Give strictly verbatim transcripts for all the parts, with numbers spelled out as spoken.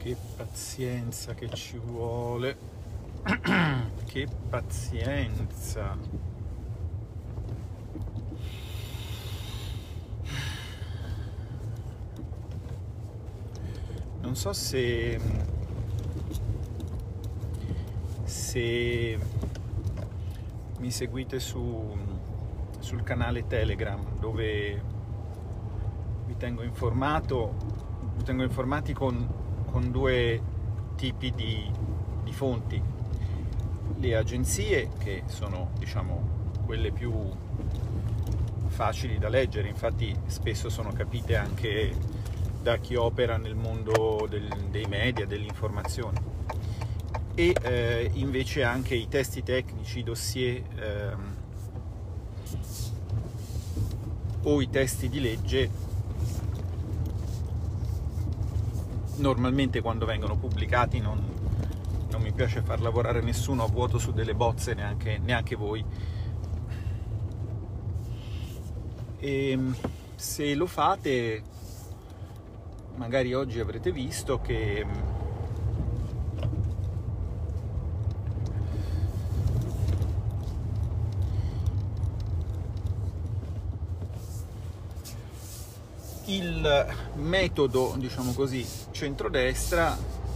Che pazienza che ci vuole. Che pazienza. Non so se se mi seguite su sul canale Telegram, dove vi tengo informato vi tengo informati con, con due tipi di, di fonti: le agenzie, che sono, diciamo, quelle più facili da leggere, infatti spesso sono capite anche da chi opera nel mondo del, dei media, dell'informazione, e eh, invece anche i testi tecnici, i dossier ehm, o i testi di legge. Normalmente quando vengono pubblicati non, non mi piace far lavorare nessuno a vuoto su delle bozze, neanche, neanche voi. E se lo fate, magari oggi avrete visto che il metodo, diciamo così, centrodestra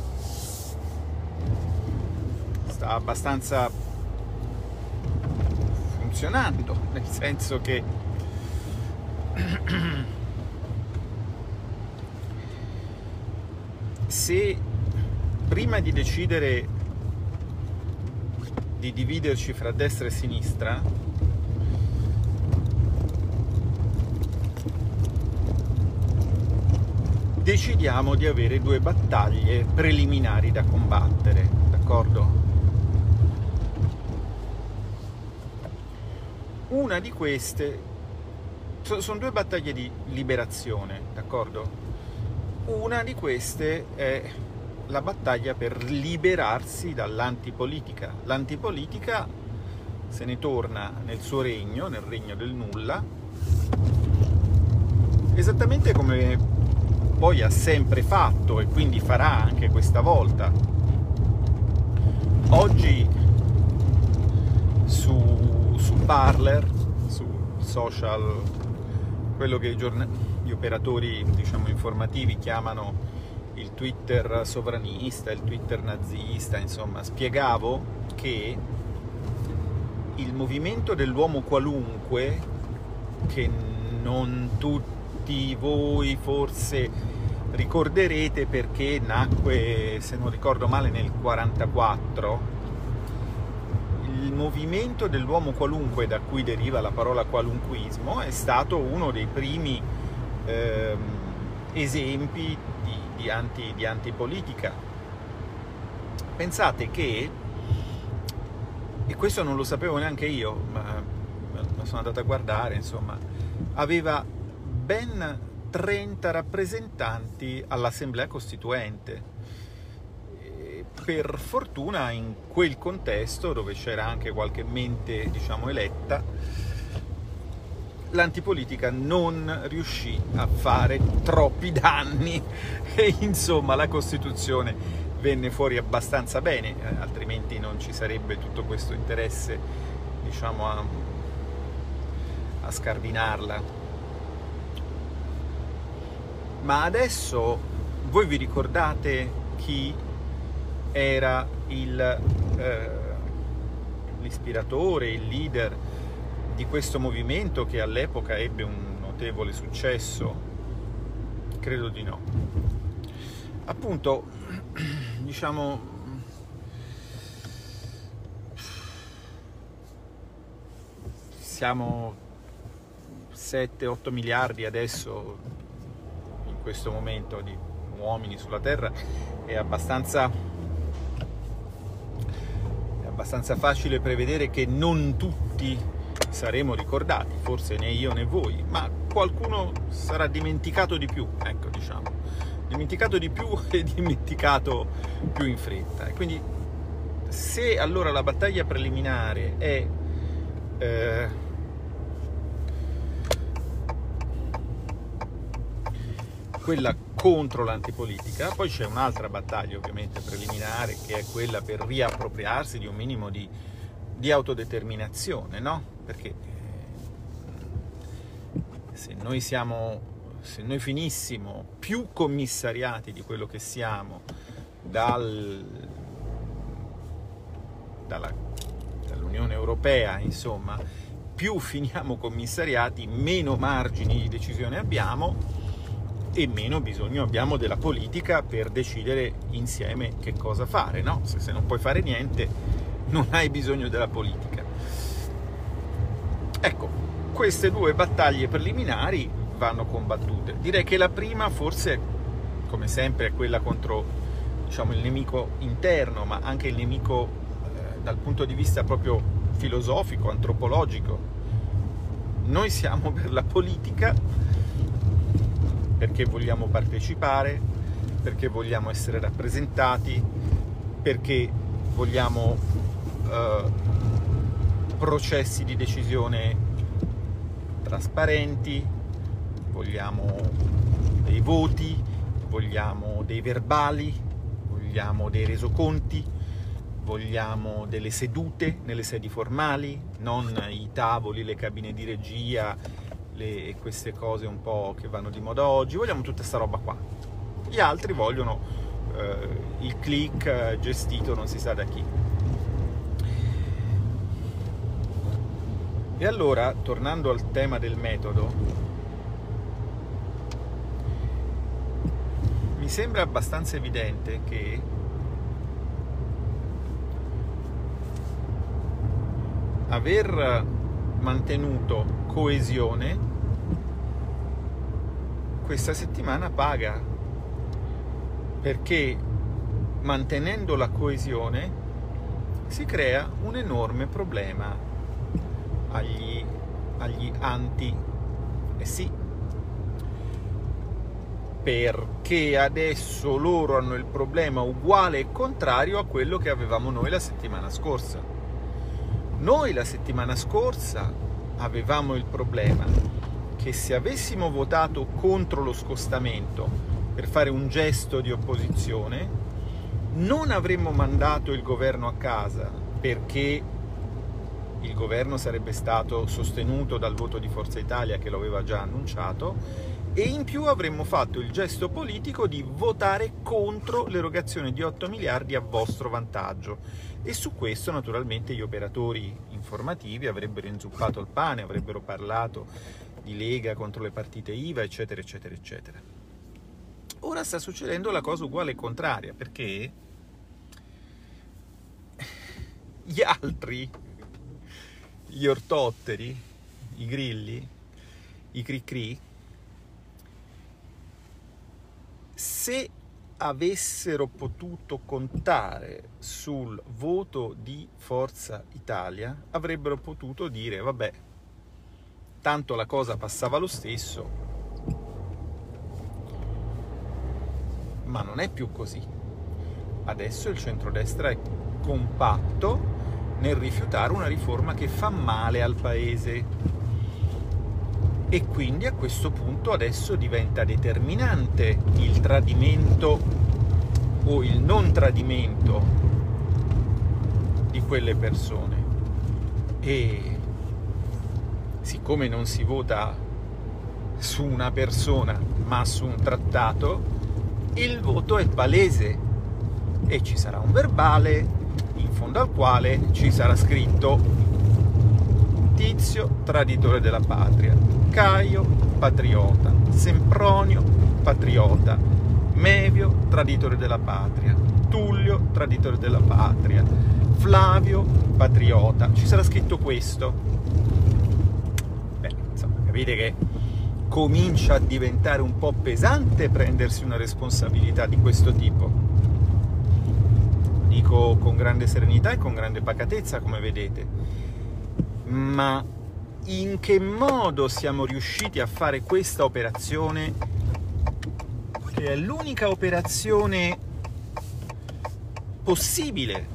sta abbastanza funzionando, nel senso che se prima di decidere di dividerci fra destra e sinistra decidiamo di avere due battaglie preliminari da combattere, d'accordo? Una di queste sono due battaglie di liberazione, d'accordo? Una di queste è la battaglia per liberarsi dall'antipolitica. L'antipolitica se ne torna nel suo regno, nel regno del nulla, esattamente come poi ha sempre fatto e quindi farà anche questa volta. Oggi su, su Parler, su social, quello che i, gli operatori, diciamo, informativi chiamano il Twitter sovranista, il Twitter nazista, insomma, spiegavo che il movimento dell'uomo qualunque, che non tutti voi forse ricorderete perché nacque, se non ricordo male, nel quarantaquattro, il movimento dell'uomo qualunque, da cui deriva la parola qualunquismo, è stato uno dei primi ehm, esempi di, di, anti, di antipolitica. Pensate che, e questo non lo sapevo neanche io, ma, ma sono andato a guardare, insomma, aveva ben trenta rappresentanti all'Assemblea Costituente. E per fortuna in quel contesto, dove c'era anche qualche mente, diciamo, eletta, l'antipolitica non riuscì a fare troppi danni e insomma la Costituzione venne fuori abbastanza bene, altrimenti non ci sarebbe tutto questo interesse, diciamo, a, a scardinarla. Ma adesso voi vi ricordate chi era il, eh, l'ispiratore, il leader di questo movimento che all'epoca ebbe un notevole successo? Credo di no. Appunto, diciamo, siamo sette otto miliardi adesso, in questo momento, di uomini sulla Terra. È abbastanza è abbastanza facile prevedere che non tutti saremo ricordati, forse né io né voi, ma qualcuno sarà dimenticato di più, ecco, diciamo, dimenticato di più e dimenticato più in fretta. E quindi, se allora la battaglia preliminare è eh, quella contro l'antipolitica. Poi c'è un'altra battaglia ovviamente preliminare, che è quella per riappropriarsi di un minimo di, di autodeterminazione, no? Perché se noi siamo, se noi finissimo più commissariati di quello che siamo dal, dalla, dall'Unione Europea, insomma, più finiamo commissariati, meno margini di decisione abbiamo e meno bisogno abbiamo della politica per decidere insieme che cosa fare, no? Se, se non puoi fare niente, non hai bisogno della politica. Ecco, queste due battaglie preliminari vanno combattute. Direi che la prima, forse, come sempre, è quella contro, diciamo, il nemico interno, ma anche il nemico eh, dal punto di vista proprio filosofico, antropologico. Noi siamo per la politica perché vogliamo partecipare, perché vogliamo essere rappresentati, perché vogliamo eh, processi di decisione trasparenti, vogliamo dei voti, vogliamo dei verbali, vogliamo dei resoconti, vogliamo delle sedute nelle sedi formali, non i tavoli, le cabine di regia, le, queste cose un po' che vanno di moda oggi. Vogliamo tutta sta roba qua. Gli altri vogliono eh, il click eh, gestito non si sa da chi. E allora, tornando al tema del metodo, mi sembra abbastanza evidente che aver mantenuto coesione questa settimana paga, perché mantenendo la coesione si crea un enorme problema agli, agli anti. Eh sì, perché adesso loro hanno il problema uguale e contrario a quello che avevamo noi la settimana scorsa. Noi la settimana scorsa avevamo il problema che se avessimo votato contro lo scostamento per fare un gesto di opposizione, non avremmo mandato il governo a casa, perché il governo sarebbe stato sostenuto dal voto di Forza Italia, che lo aveva già annunciato, e in più avremmo fatto il gesto politico di votare contro l'erogazione di otto miliardi a vostro vantaggio. E su questo naturalmente gli operatori informativi avrebbero inzuppato il pane, avrebbero parlato di Lega contro le partite I V A, eccetera, eccetera, eccetera. Ora sta succedendo la cosa uguale e contraria, perché gli altri, gli ortotteri, i grilli, i cri-cri, se avessero potuto contare sul voto di Forza Italia, avrebbero potuto dire vabbè, tanto la cosa passava lo stesso. Ma non è più così. Adesso il centrodestra è compatto nel rifiutare una riforma che fa male al paese, e quindi a questo punto adesso diventa determinante il tradimento o il non tradimento di quelle persone. E siccome non si vota su una persona ma su un trattato, il voto è palese e ci sarà un verbale in fondo al quale ci sarà scritto Tizio traditore della patria, Caio patriota, Sempronio patriota, Mevio traditore della patria, Tullio traditore della patria, Flavio patriota. Ci sarà scritto questo. Beh, insomma, capite che comincia a diventare un po' pesante prendersi una responsabilità di questo tipo. Dico con grande serenità e con grande pacatezza, come vedete. Ma in che modo siamo riusciti a fare questa operazione, che è l'unica operazione possibile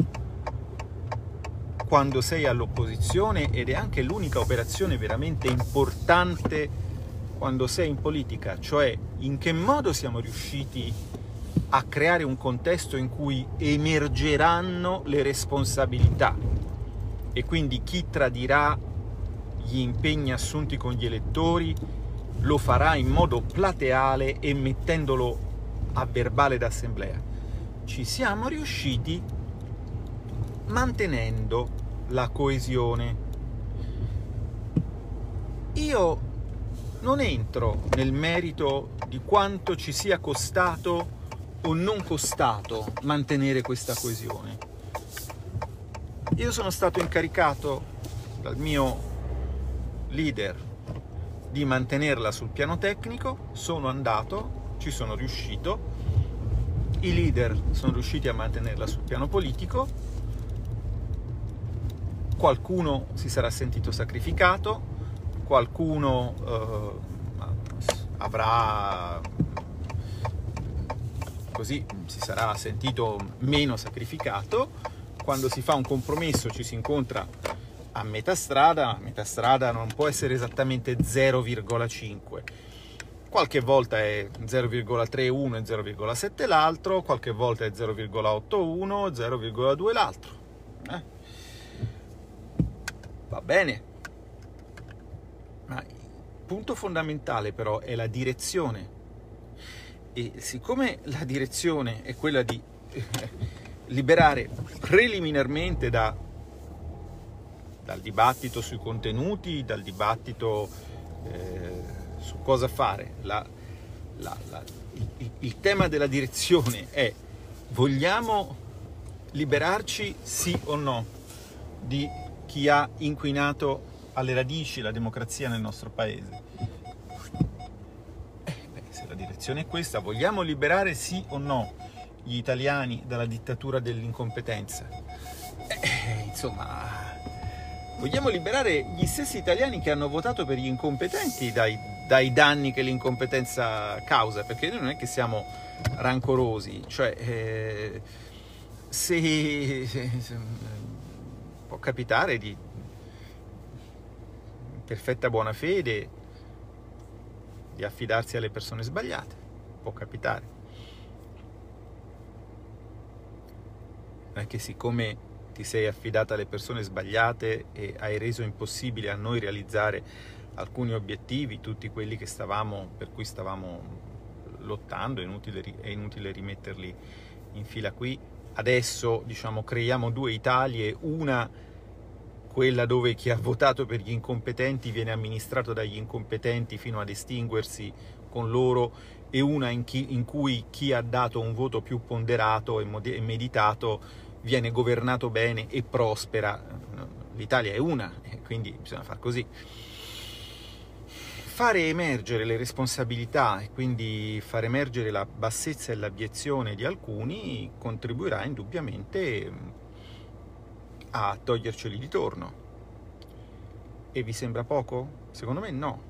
quando sei all'opposizione, ed è anche l'unica operazione veramente importante quando sei in politica, cioè in che modo siamo riusciti a creare un contesto in cui emergeranno le responsabilità e quindi chi tradirà gli impegni assunti con gli elettori lo farà in modo plateale e mettendolo a verbale d'assemblea. Ci siamo riusciti mantenendo la coesione. Io non entro nel merito di quanto ci sia costato o non costato mantenere questa coesione. Io sono stato incaricato dal mio leader di mantenerla sul piano tecnico, sono andato, ci sono riuscito, i leader sono riusciti a mantenerla sul piano politico, qualcuno si sarà sentito sacrificato, qualcuno eh, avrà così si sarà sentito meno sacrificato. Quando si fa un compromesso ci si incontra a metà strada, a metà strada non può essere esattamente zero virgola cinque, qualche volta è zero virgola tre uno e zero virgola sette l'altro, qualche volta è zero virgola otto uno, zero virgola due l'altro. Eh? Va bene, ma il punto fondamentale però è la direzione, e siccome la direzione è quella di eh, liberare preliminarmente da, dal dibattito sui contenuti, dal dibattito eh, su cosa fare, la, la, la, il, il tema della direzione è: vogliamo liberarci sì o no di chi ha inquinato alle radici la democrazia nel nostro paese? Eh, beh, se la direzione è questa, vogliamo liberare sì o no gli italiani dalla dittatura dell'incompetenza? Eh, insomma, vogliamo liberare gli stessi italiani che hanno votato per gli incompetenti dai, dai danni che l'incompetenza causa, perché noi non è che siamo rancorosi, cioè eh, se, se, se può capitare di in perfetta buona fede di affidarsi alle persone sbagliate, può capitare. Non è che siccome ti sei affidata alle persone sbagliate e hai reso impossibile a noi realizzare alcuni obiettivi, tutti quelli che stavamo, per cui stavamo lottando, è inutile, è inutile rimetterli in fila qui. Adesso, diciamo, creiamo due Italie, una quella dove chi ha votato per gli incompetenti viene amministrato dagli incompetenti fino ad estinguersi con loro, e una in, chi, in cui chi ha dato un voto più ponderato e meditato viene governato bene e prospera. L'Italia è una, e quindi bisogna far così. Fare emergere le responsabilità e quindi far emergere la bassezza e l'abiezione di alcuni contribuirà indubbiamente a toglierceli di torno. E vi sembra poco? Secondo me no.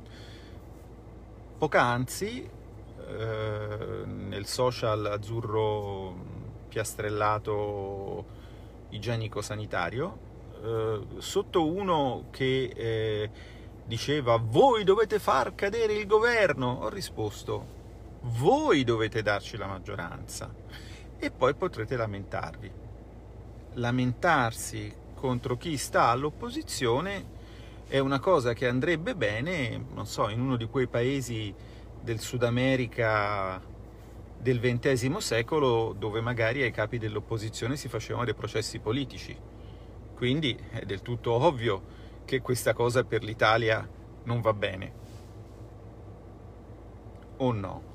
Poc'anzi eh, nel social azzurro piastrellato igienico-sanitario, eh, sotto uno che eh, diceva voi dovete far cadere il governo, ho risposto voi dovete darci la maggioranza e poi potrete lamentarvi. Lamentarsi contro chi sta all'opposizione è una cosa che andrebbe bene, non so, in uno di quei paesi del Sud America del ventesimo secolo dove magari ai capi dell'opposizione si facevano dei processi politici. Quindi è del tutto ovvio che questa cosa per l'Italia non va bene. O no?